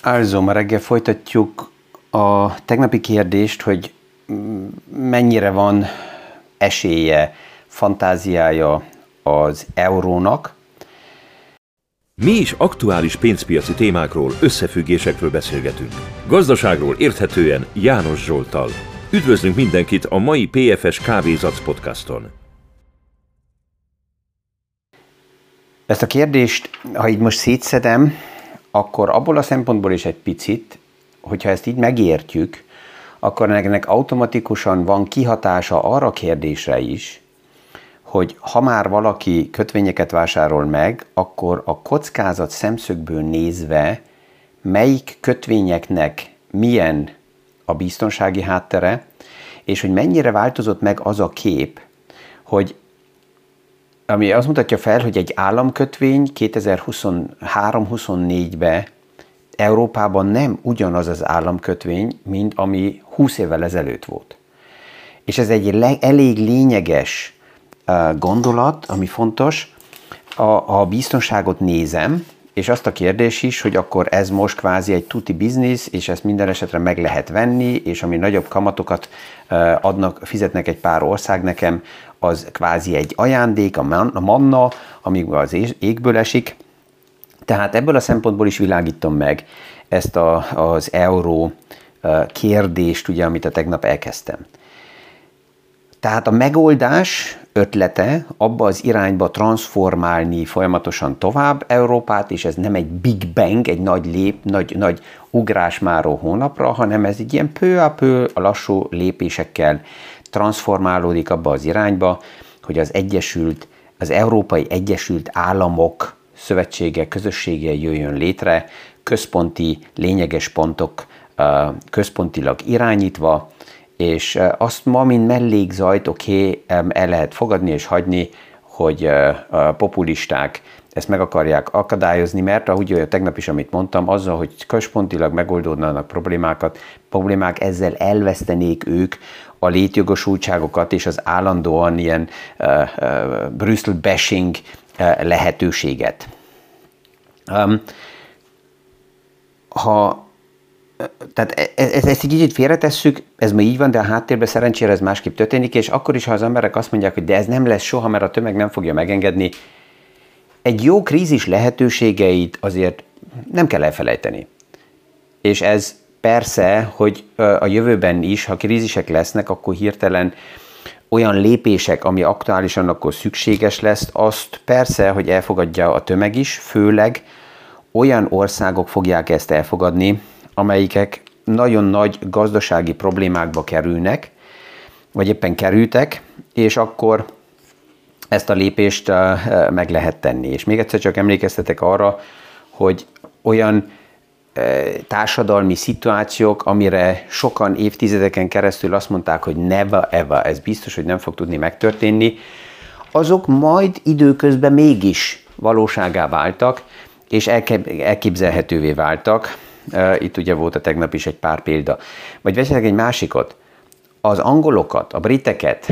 Also, ma reggel folytatjuk a tegnapi kérdést, hogy mennyire van esélye, fantáziája az eurónak. Mi is aktuális pénzpiaci témákról, összefüggésekről beszélgetünk. Gazdaságról érthetően János Zsolttal. Üdvözlünk mindenkit a mai PFS Kávézac podcaston. Ezt a kérdést, ha így most szétszedem, akkor abból a szempontból is egy picit, hogyha ezt így megértjük, akkor ennek automatikusan van kihatása arra a kérdésre is, hogy ha már valaki kötvényeket vásárol meg, akkor a kockázat szemszögből nézve melyik kötvényeknek milyen a biztonsági háttere, és hogy mennyire változott meg az a kép, hogy ami azt mutatja fel, hogy egy államkötvény 2023-24-ben Európában nem ugyanaz az államkötvény, mint ami 20 évvel ezelőtt volt. És ez egy elég lényeges gondolat, ami fontos. A biztonságot nézem, és azt a kérdés is, hogy akkor ez most kvázi egy tuti biznisz, és ezt minden esetre meg lehet venni, és ami nagyobb kamatokat fizetnek egy pár ország nekem, az kvázi egy ajándék, a manna, ami az égből esik. Tehát ebből a szempontból is világítom meg ezt az euró kérdést, ugye, amit a tegnap elkezdtem. Tehát a megoldás ötlete abba az irányba transformálni folyamatosan tovább Európát, és ez nem egy big bang, egy nagy ugrás máró hónapra, hanem ez egy ilyen peu à peu, a lassú lépésekkel transformálódik abba az irányba, hogy az Európai Egyesült Államok szövetsége, közössége jöjjön létre, központi lényeges pontok központilag irányítva, és azt ma, mint mellékzajt, el lehet fogadni és hagyni, hogy a populisták ezt meg akarják akadályozni, mert ahogy tegnap is, amit mondtam, azzal, hogy központilag megoldódnának problémák, ezzel elvesztenék ők a létjogosultságokat és az állandóan ilyen Brüsszel bashing lehetőséget. Tehát ezt így kicsit félretesszük, ez ma így van, de a háttérben szerencsére ez másképp történik, és akkor is, ha az emberek azt mondják, hogy de ez nem lesz soha, mert a tömeg nem fogja megengedni, egy jó krízis lehetőségeit azért nem kell elfelejteni. És ez persze, hogy a jövőben is, ha krízisek lesznek, akkor hirtelen olyan lépések, ami aktuálisan akkor szükséges lesz, azt persze, hogy elfogadja a tömeg is, főleg olyan országok fogják ezt elfogadni, amelyikek nagyon nagy gazdasági problémákba kerülnek, vagy éppen kerültek, és akkor ezt a lépést meg lehet tenni. És még egyszer csak emlékeztetek arra, hogy olyan társadalmi szituációk, amire sokan évtizedeken keresztül azt mondták, hogy never ever, ez biztos, hogy nem fog tudni megtörténni, azok majd időközben mégis valóságá váltak, és elképzelhetővé váltak. Itt ugye volt a tegnap is egy pár példa. Vagy vessetek egy másikot. Az angolokat, a briteket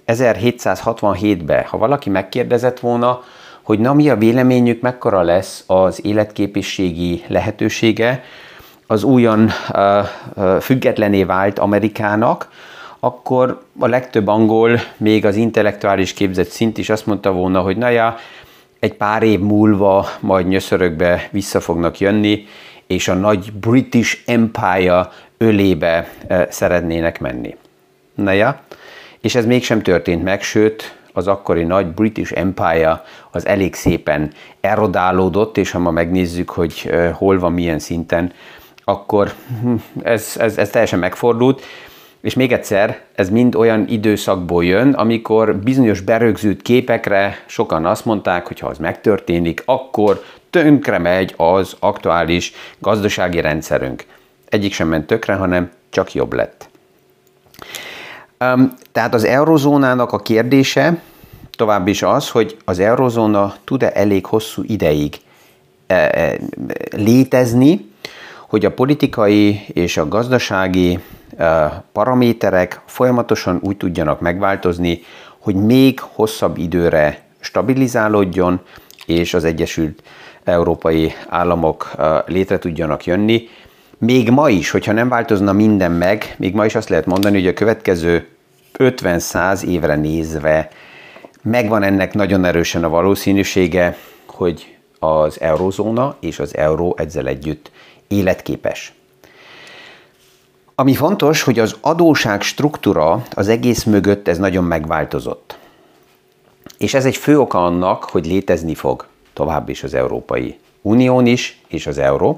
1767-ben, ha valaki megkérdezett volna, hogy na mi a véleményük, mekkora lesz az életképességi lehetősége az újon függetlené vált Amerikának, akkor a legtöbb angol, még az intellektuális képzett szint is azt mondta volna, hogy na ja, egy pár év múlva majd nyöszörökbe vissza fognak jönni, és a nagy British Empire ölébe szeretnének menni. Na ja, és ez mégsem történt meg, sőt, az akkori nagy British Empire az elég szépen erodálódott, és ha ma megnézzük, hogy hol van, milyen szinten, akkor ez teljesen megfordult. És még egyszer, ez mind olyan időszakból jön, amikor bizonyos berögzült képekre sokan azt mondták, hogy ha az megtörténik, akkor tönkre megy az aktuális gazdasági rendszerünk. Egyik sem ment tönkre, hanem csak jobb lett. Tehát az eurozónának a kérdése tovább is az, hogy az eurozóna tud-e elég hosszú ideig létezni, hogy a politikai és a gazdasági paraméterek folyamatosan úgy tudjanak megváltozni, hogy még hosszabb időre stabilizálódjon, és az Egyesült Európai Államok létre tudjanak jönni, Még ma is, hogyha nem változna minden meg, még ma is azt lehet mondani, hogy a következő 50-100 évre nézve megvan ennek nagyon erősen a valószínűsége, hogy az eurózóna és az euró ezzel együtt életképes. Ami fontos, hogy az adósság struktúra az egész mögött ez nagyon megváltozott. És ez egy fő oka annak, hogy létezni fog tovább is az Európai Unión is, és az euró.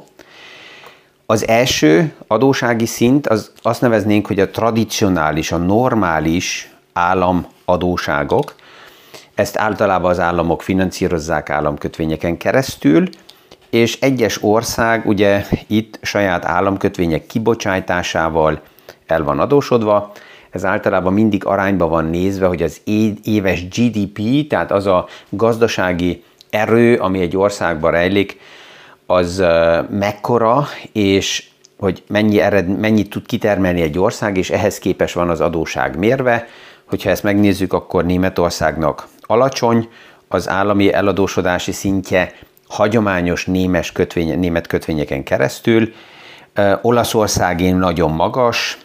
Az első adósági szint, azt neveznénk, hogy a tradicionális, a normális államadóságok. Ezt általában az államok finanszírozzák államkötvényeken keresztül, és egyes ország ugye itt saját államkötvények kibocsátásával el van adósodva. Ez általában mindig arányban van nézve, hogy az éves GDP, tehát az a gazdasági erő, ami egy országban rejlik, az mekkora, és hogy mennyit tud kitermelni egy ország, és ehhez képes van az adósság mérve. Hogyha ezt megnézzük, akkor Németországnak alacsony az állami eladósodási szintje, hagyományos német kötvényeken keresztül, Olaszországén nagyon magas,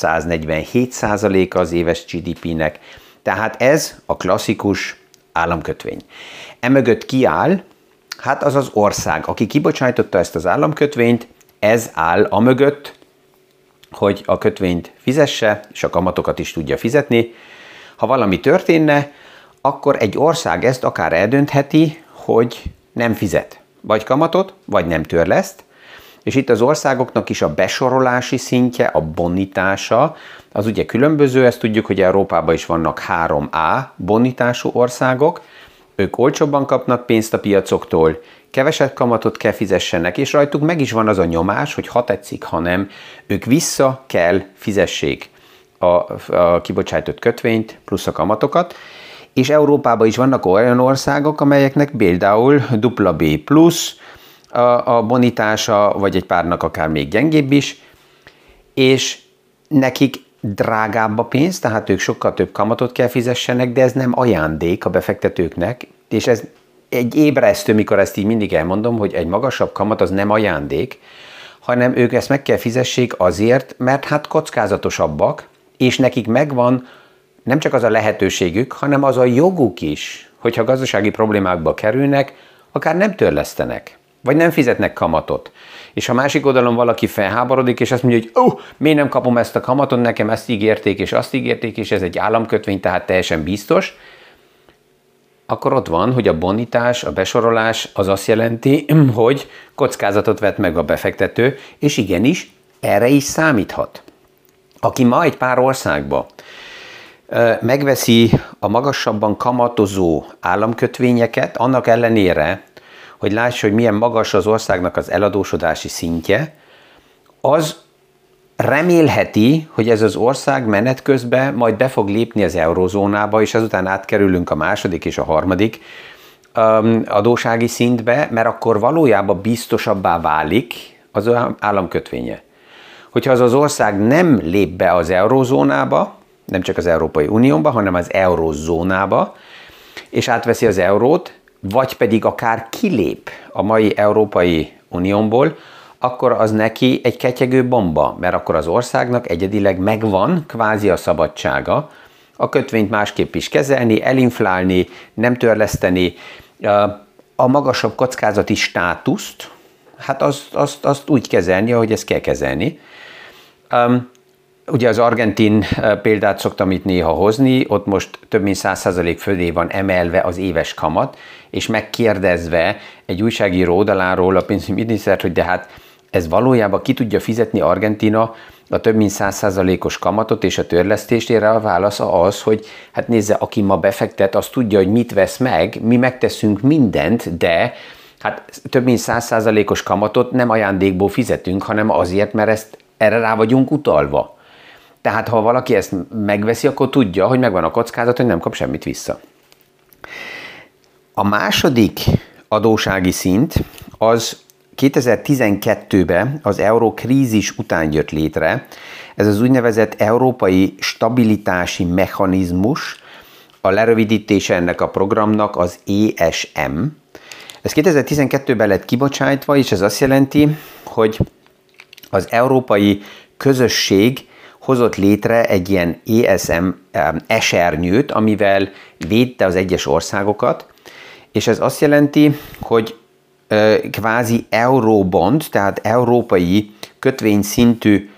147% az éves GDP-nek, tehát ez a klasszikus államkötvény. Emögött ki áll? Hát az az ország, aki kibocsájtotta ezt az államkötvényt, ez áll amögött, hogy a kötvényt fizesse, és a kamatokat is tudja fizetni. Ha valami történne, akkor egy ország ezt akár eldöntheti, hogy nem fizet vagy kamatot, vagy nem törleszt, és itt az országoknak is a besorolási szintje, a bonitása, az ugye különböző, ezt tudjuk, hogy Európában is vannak 3A bonitású országok, ők olcsóbban kapnak pénzt a piacoktól, kevesebb kamatot kell fizessenek, és rajtuk meg is van az a nyomás, hogy ha tetszik, ha nem, ők vissza kell fizessék a kibocsájtott kötvényt plusz a kamatokat, és Európában is vannak olyan országok, amelyeknek például B+ a bonitása, vagy egy párnak akár még gyengébb is, és nekik drágább a pénz, tehát ők sokkal több kamatot kell fizessenek, de ez nem ajándék a befektetőknek, és ez egy ébresztő, mikor ezt így mindig elmondom, hogy egy magasabb kamat az nem ajándék, hanem ők ezt meg kell fizessék azért, mert hát kockázatosabbak, és nekik megvan nem csak az a lehetőségük, hanem az a joguk is, hogyha gazdasági problémákba kerülnek, akár nem törlesztenek, vagy nem fizetnek kamatot. És ha másik oldalon valaki felháborodik, és azt mondja, hogy miért nem kapom ezt a kamatot, nekem ezt ígérték, és azt ígérték, és ez egy államkötvény, tehát teljesen biztos, akkor ott van, hogy a bonitás, a besorolás az azt jelenti, hogy kockázatot vet meg a befektető, és igenis, erre is számíthat. Aki ma egy pár országba megveszi a magasabban kamatozó államkötvényeket, annak ellenére, hogy lássa, hogy milyen magas az országnak az eladósodási szintje, az remélheti, hogy ez az ország menet közben majd be fog lépni az eurózónába, és azután átkerülünk a második és a harmadik adósági szintbe, mert akkor valójában biztosabbá válik az államkötvénye. Hogyha az ország nem lép be az eurózónába, nem csak az Európai Unióba, hanem az eurózónába, és átveszi az eurót, vagy pedig akár kilép a mai Európai Unióból, akkor az neki egy ketyegő bomba, mert akkor az országnak egyedileg megvan kvázi a szabadsága a kötvényt másképp is kezelni, elinflálni, nem törleszteni, a magasabb kockázati státuszt, hát azt úgy kezelni, ahogy ezt kell kezelni. Ugye az argentin példát szoktam itt néha hozni, ott most több mint 100% fölé van emelve az éves kamat, és megkérdezve egy újságíró oldaláról a pénzügyminisztert, hogy de hát ez valójában ki tudja fizetni Argentina a több mint 100%-os kamatot és a törlesztést, erre a válasza az, hogy hát nézze, aki ma befektet, az tudja, hogy mit vesz meg, mi megteszünk mindent, de hát több mint 100%-os kamatot nem ajándékból fizetünk, hanem azért, mert erre rá vagyunk utalva. Tehát ha valaki ezt megveszi, akkor tudja, hogy megvan a kockázat, hogy nem kap semmit vissza. A második adósági szint az 2012-ben az eurokrízis után jött létre. Ez az úgynevezett európai stabilitási mechanizmus, a lerövidítése ennek a programnak az ESM. Ez 2012-ben lett kibocsájtva, és ez azt jelenti, hogy az európai közösség hozott létre egy ilyen ESM esernyőt, amivel védte az egyes országokat, és ez azt jelenti, hogy kvázi eurobond, tehát európai kötvényszintű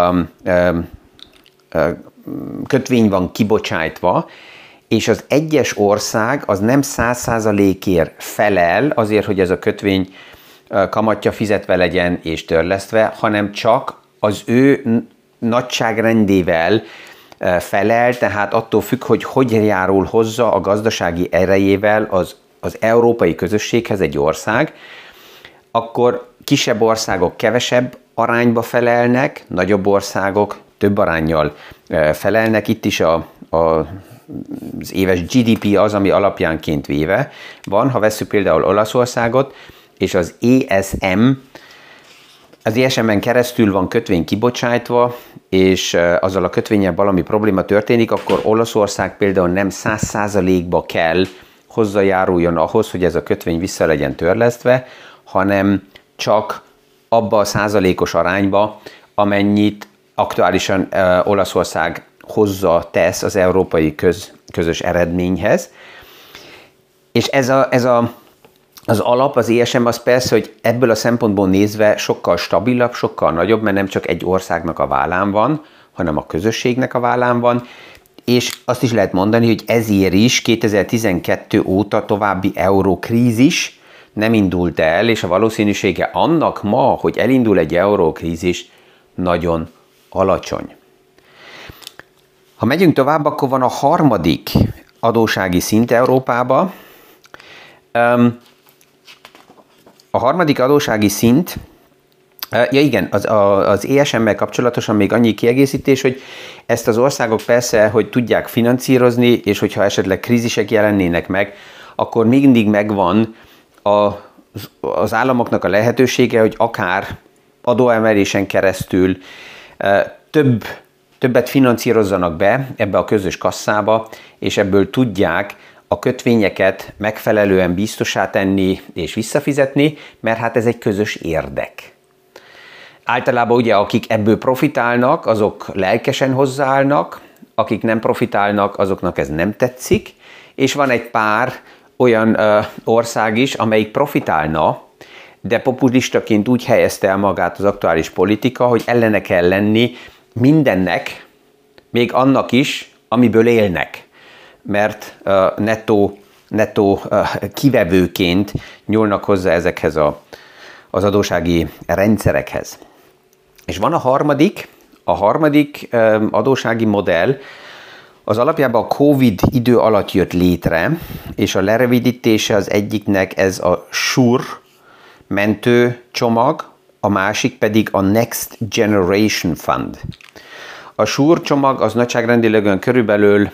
kötvény van kibocsájtva, és az egyes ország az nem 100%-ért felel azért, hogy ez a kötvény kamatja fizetve legyen és törlesztve, hanem csak az ő nagyságrendével felel, tehát attól függ, hogy járul hozzá a gazdasági erejével az európai közösséghez egy ország, akkor kisebb országok kevesebb arányba felelnek, nagyobb országok több aránnyal felelnek. Itt is az éves GDP az, ami alapjánként véve van. Ha vesszük például Olaszországot, és az ESM-en keresztül van kötvény kibocsájtva, és azzal a kötvényen valami probléma történik, akkor Olaszország például nem 100%-ba kell hozzájáruljon ahhoz, hogy ez a kötvény vissza legyen törlesztve, hanem csak abba a százalékos arányba, amennyit aktuálisan Olaszország hozzátesz az európai közös eredményhez. És az alap, az ESM az persze, hogy ebből a szempontból nézve sokkal stabilabb, sokkal nagyobb, mert nem csak egy országnak a vállán van, hanem a közösségnek a vállán van, és azt is lehet mondani, hogy ezért is 2012 óta további eurókrízis nem indult el, és a valószínűsége annak ma, hogy elindul egy eurókrízis, nagyon alacsony. Ha megyünk tovább, akkor van a harmadik adóssági szint Európában. A harmadik adóssági szint, ja igen, az ESM-mel kapcsolatosan még annyi kiegészítés, hogy ezt az országok persze, hogy tudják finanszírozni, és hogyha esetleg krízisek jelennének meg, akkor mindig megvan az államoknak a lehetősége, hogy akár adóemelésen keresztül többet finanszírozzanak be ebbe a közös kasszába, és ebből tudják a kötvényeket megfelelően biztossá tenni és visszafizetni, mert hát ez egy közös érdek. Általában ugye akik ebből profitálnak, azok lelkesen hozzáállnak, akik nem profitálnak, azoknak ez nem tetszik, és van egy pár olyan ország is, amelyik profitálna, de populistaként úgy helyezte el magát az aktuális politika, hogy ellene kell lenni mindennek, még annak is, amiből élnek, mert nettó kivevőként nyúlnak hozzá ezekhez az adóssági rendszerekhez. És van a harmadik adóssági modell, az alapjában a Covid idő alatt jött létre, és a lerövidítése az egyiknek ez a SURE mentőcsomag, a másik pedig a Next Generation Fund. A SURE csomag az nagyságrendileg körülbelül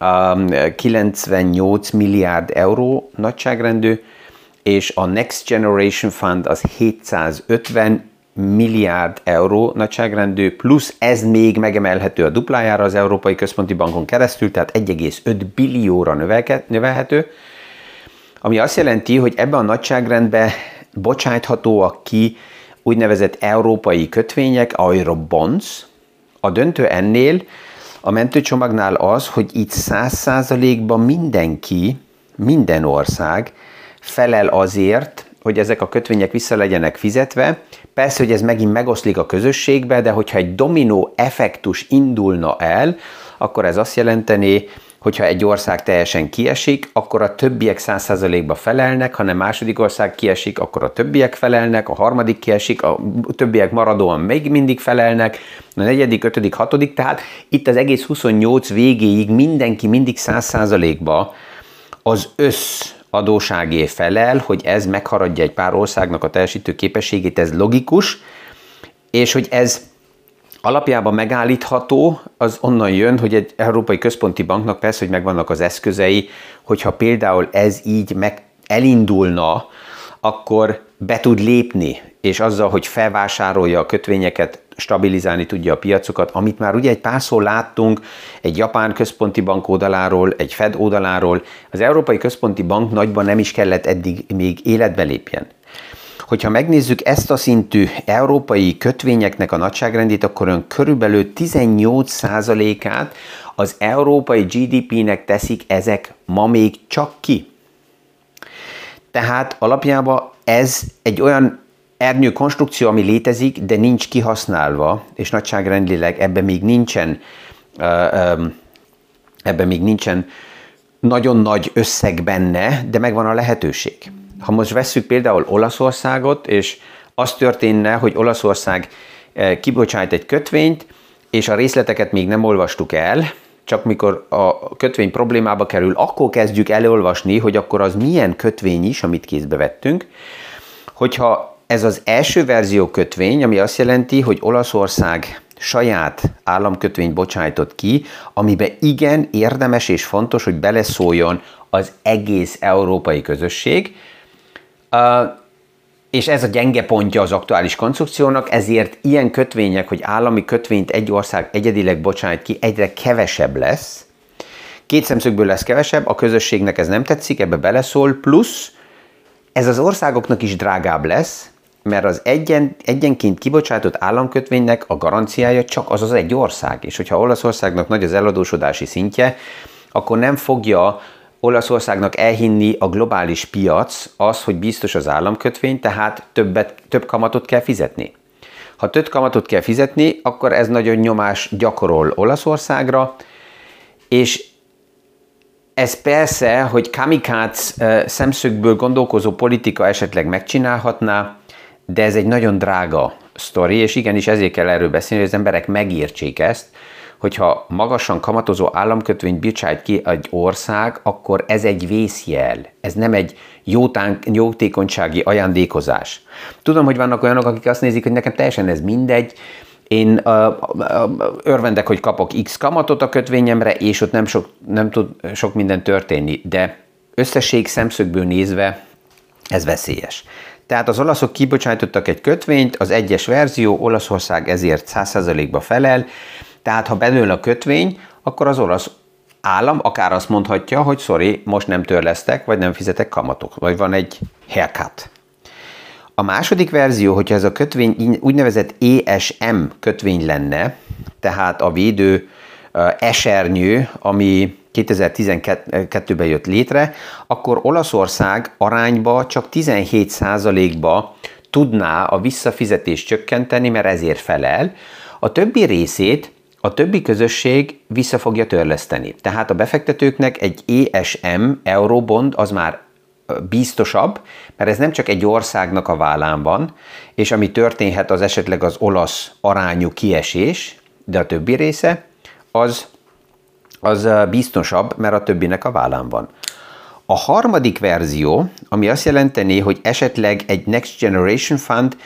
98 milliárd euró nagyságrendű, és a Next Generation Fund az 750 milliárd euró nagyságrendű, plusz ez még megemelhető a duplájára az Európai Központi Bankon keresztül, tehát 1,5 billióra növelhető, ami azt jelenti, hogy ebben a nagyságrendben bocsájthatóak ki úgynevezett európai kötvények, Eurobonds. A döntő ennél, a mentőcsomagnál az, hogy itt 100%-ban minden ország felel azért, hogy ezek a kötvények vissza legyenek fizetve. Persze, hogy ez megint megoszlik a közösségbe, de hogyha egy dominó effektus indulna el, akkor ez azt jelenteni, hogyha egy ország teljesen kiesik, akkor a többiek 100%-ba felelnek, hanem második ország kiesik, akkor a többiek felelnek, a harmadik kiesik, a többiek maradóan még mindig felelnek, a negyedik, ötödik, hatodik, tehát itt az egész 28 végéig mindenki mindig 100%-ba az adósságé felel, hogy ez megharadja egy pár országnak a teljesítő képességét, ez logikus, és hogy ez alapjában megállítható, az onnan jön, hogy egy Európai Központi Banknak persze, hogy megvannak az eszközei, hogyha például ez így elindulna, akkor be tud lépni, és azzal, hogy felvásárolja a kötvényeket, stabilizálni tudja a piacokat, amit már ugye egy párszor láttunk egy japán központi bank oldaláról, egy Fed oldaláról, az Európai Központi Bank nagyban nem is kellett eddig még életbe lépjen. Hogyha megnézzük ezt a szintű európai kötvényeknek a nagyságrendét, akkor ön körülbelül 18%-át az európai GDP-nek teszik ezek ma még csak ki. Tehát alapjában ez egy olyan ernyő konstrukció, ami létezik, de nincs kihasználva, és nagyságrendileg ebben még nincsen nagyon nagy összeg benne, de megvan a lehetőség. Ha most vesszük például Olaszországot, és az történne, hogy Olaszország kibocsát egy kötvényt, és a részleteket még nem olvastuk el, csak mikor a kötvény problémába kerül, akkor kezdjük elolvasni, hogy akkor az milyen kötvény is, amit kézbe vettünk. Hogyha ez az első verzió kötvény, ami azt jelenti, hogy Olaszország saját államkötvényt bocsájtott ki, amiben igen érdemes és fontos, hogy beleszóljon az egész európai közösség, és ez a gyenge pontja az aktuális konstrukciónak, ezért ilyen kötvények, hogy állami kötvényt egy ország egyedileg bocsájt ki, egyre kevesebb lesz. Két szemszögből lesz kevesebb, a közösségnek ez nem tetszik, ebbe beleszól, plusz ez az országoknak is drágább lesz, mert az egyenként kibocsátott államkötvénynek a garanciája csak az egy ország. És hogyha Olaszországnak nagy az eladósodási szintje, akkor nem fogja Olaszországnak elhinni a globális piac az, hogy biztos az államkötvény, tehát több kamatot kell fizetni. Ha több kamatot kell fizetni, akkor ez nagyon nyomás gyakorol Olaszországra, és ez persze, hogy kamikác szemszögből gondolkozó politika esetleg megcsinálhatná, de ez egy nagyon drága sztori, és igenis ezért kell erről beszélni, hogy az emberek megértsék ezt, hogyha magasan kamatozó államkötvényt bocsájt ki egy ország, akkor ez egy vészjel, ez nem egy jótékonysági ajándékozás. Tudom, hogy vannak olyanok, akik azt nézik, hogy nekem teljesen ez mindegy, én örvendek, hogy kapok X kamatot a kötvényemre, és ott nem tud sok minden történni, de összesség szemszögből nézve ez veszélyes. Tehát az olaszok kibocsájtottak egy kötvényt, az egyes verzió, Olaszország ezért 100%-ba felel, tehát ha bedől a kötvény, akkor az olasz állam akár azt mondhatja, hogy sorry, most nem törlesztek, vagy nem fizetek kamatok, vagy van egy haircut. A második verzió, hogyha ez a kötvény úgynevezett ESM kötvény lenne, tehát a védő esernyő, ami 2012-ben jött létre, akkor Olaszország arányba csak 17%-ba tudná a visszafizetést csökkenteni, mert ezért felel. A többi részét a többi közösség vissza fogja törleszteni. Tehát a befektetőknek egy ESM, Eurobond, az már biztosabb, mert ez nem csak egy országnak a vállán van, és ami történhet, az esetleg az olasz arányú kiesés, de a többi része, az biztosabb, mert a többinek a vállán van. A harmadik verzió, ami azt jelenteni, hogy esetleg egy Next Generation Fund,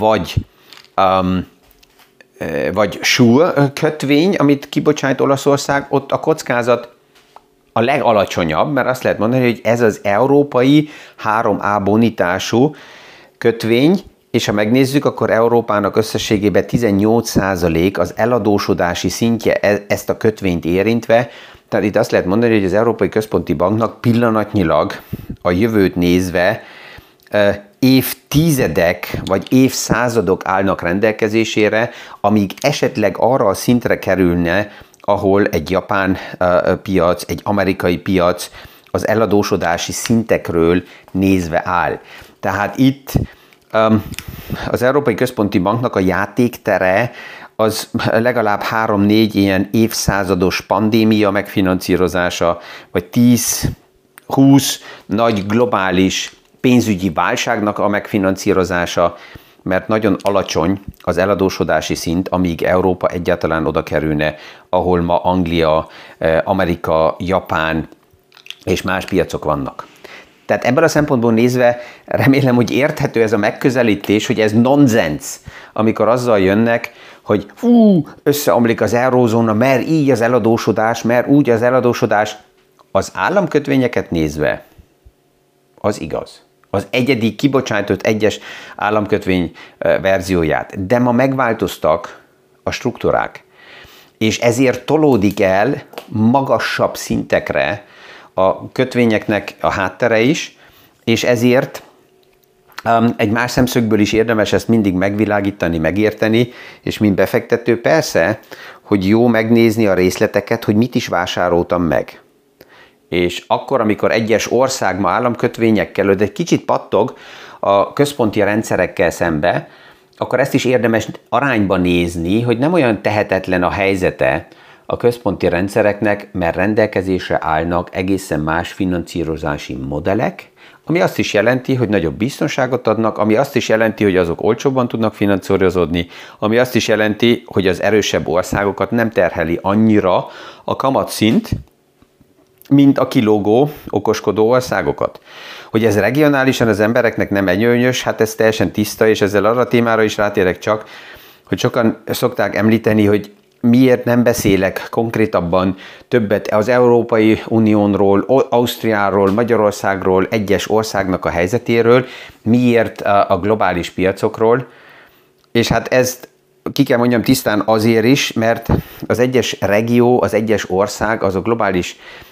vagy SURE kötvény, amit kibocsájt Olaszország, ott a kockázat a legalacsonyabb, mert azt lehet mondani, hogy ez az európai 3A bonitású kötvény, és ha megnézzük, akkor Európának összességében 18% az eladósodási szintje ezt a kötvényt érintve, tehát itt azt lehet mondani, hogy az Európai Központi Banknak pillanatnyilag a jövőt nézve évtizedek vagy évszázadok állnak rendelkezésére, amíg esetleg arra a szintre kerülne, ahol egy japán piac, egy amerikai piac az eladósodási szintekről nézve áll. Tehát itt az Európai Központi Banknak a játéktere az legalább 3-4 ilyen évszázados pandémia megfinanszírozása, vagy 10-20 nagy globális pénzügyi válságnak a megfinanszírozása, mert nagyon alacsony az eladósodási szint, amíg Európa egyáltalán oda kerülne, ahol ma Anglia, Amerika, Japán és más piacok vannak. Tehát ebből a szempontból nézve remélem, hogy érthető ez a megközelítés, hogy ez nonsens, amikor azzal jönnek, hogy összeomlik az eurózóna, mert így az eladósodás, mert úgy az eladósodás. Az államkötvényeket nézve az igaz. Az egyedi kibocsátott egyes államkötvény verzióját. De ma megváltoztak a struktúrák, és ezért tolódik el magasabb szintekre a kötvényeknek a háttere is, és ezért Egy más szemszögből is érdemes ezt mindig megvilágítani, megérteni, és mint befektető persze, hogy jó megnézni a részleteket, hogy mit is vásároltam meg. És akkor, amikor egyes ország ma államkötvényekkel, de egy kicsit pattog a központi rendszerekkel szembe, akkor ezt is érdemes arányba nézni, hogy nem olyan tehetetlen a helyzete a központi rendszereknek, mert rendelkezésre állnak egészen más finanszírozási modellek, ami azt is jelenti, hogy nagyobb biztonságot adnak, ami azt is jelenti, hogy azok olcsóbban tudnak finanszírozódni, ami azt is jelenti, hogy az erősebb országokat nem terheli annyira a kamatszint, mint a kilógó, okoskodó országokat. Hogy ez regionálisan az embereknek nem előnyös, hát ez teljesen tiszta, és ezzel arra a témára is rátérek csak, hogy sokan szokták említeni, hogy miért nem beszélek konkrétabban többet az Európai Unióról, Ausztriáról, Magyarországról, egyes országnak a helyzetéről, miért a globális piacokról, és hát ezt ki kell mondjam tisztán azért is, mert az egyes regió, az egyes ország, az a globális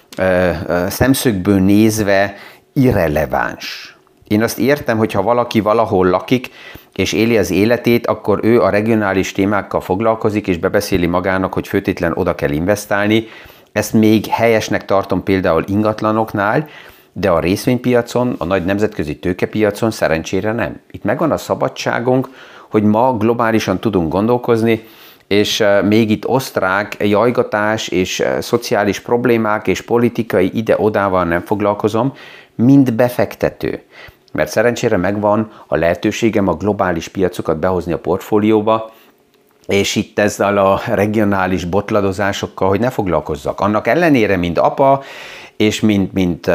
szemszögből nézve irreleváns. Én azt értem, hogy ha valaki valahol lakik, és éli az életét, akkor ő a regionális témákkal foglalkozik, és bebeszéli magának, hogy főtétlen oda kell investálni. Ezt még helyesnek tartom például ingatlanoknál, de a részvénypiacon, a nagy nemzetközi tőkepiacon szerencsére nem. Itt megvan a szabadságunk, hogy ma globálisan tudunk gondolkozni, és még itt osztrák jajgatás és szociális problémák és politikai ide-odával nem foglalkozom, mint befektető. Mert szerencsére megvan a lehetőségem a globális piacokat behozni a portfólióba, és itt ezzel a regionális botladozásokkal, hogy ne foglalkozzak. Annak ellenére, mint apa, és mint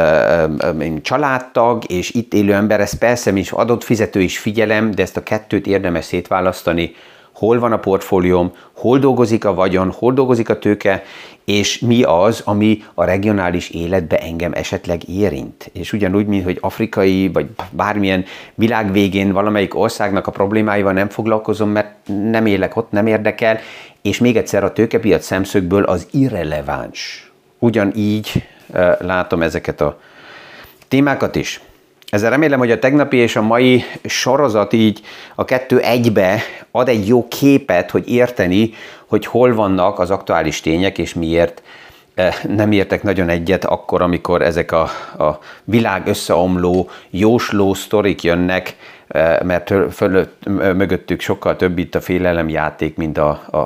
családtag, és itt élő ember, ezt persze, mint adott fizető is figyelem, de ezt a kettőt érdemes szétválasztani, hol van a portfólióm, hol dolgozik a vagyon, hol dolgozik a tőke, és mi az, ami a regionális életbe engem esetleg érint. És ugyanúgy, mint hogy afrikai, vagy bármilyen világ végén valamelyik országnak a problémáival nem foglalkozom, mert nem élek ott, nem érdekel, és még egyszer a tőkepiac szemszögből az irreleváns. Ugyanígy látom ezeket a témákat is. Ezzel remélem, hogy a tegnapi és a mai sorozat így a kettő egybe ad egy jó képet, hogy érteni, hogy hol vannak az aktuális tények, és miért nem értek nagyon egyet akkor, amikor ezek a világ összeomló, jósló sztorik jönnek, mert mögöttük sokkal több itt a félelemjáték, mint a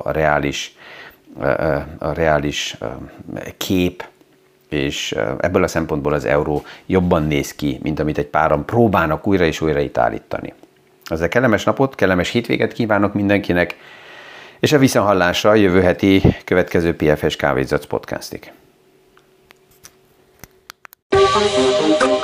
reális kép. És ebből a szempontból az euró jobban néz ki, mint amit egy páran próbálnak újra és újra itt állítani. Ezzel kellemes napot, kellemes hétvéget kívánok mindenkinek, és a viszonthallásra jövő heti következő PFS Kávézac podcastig.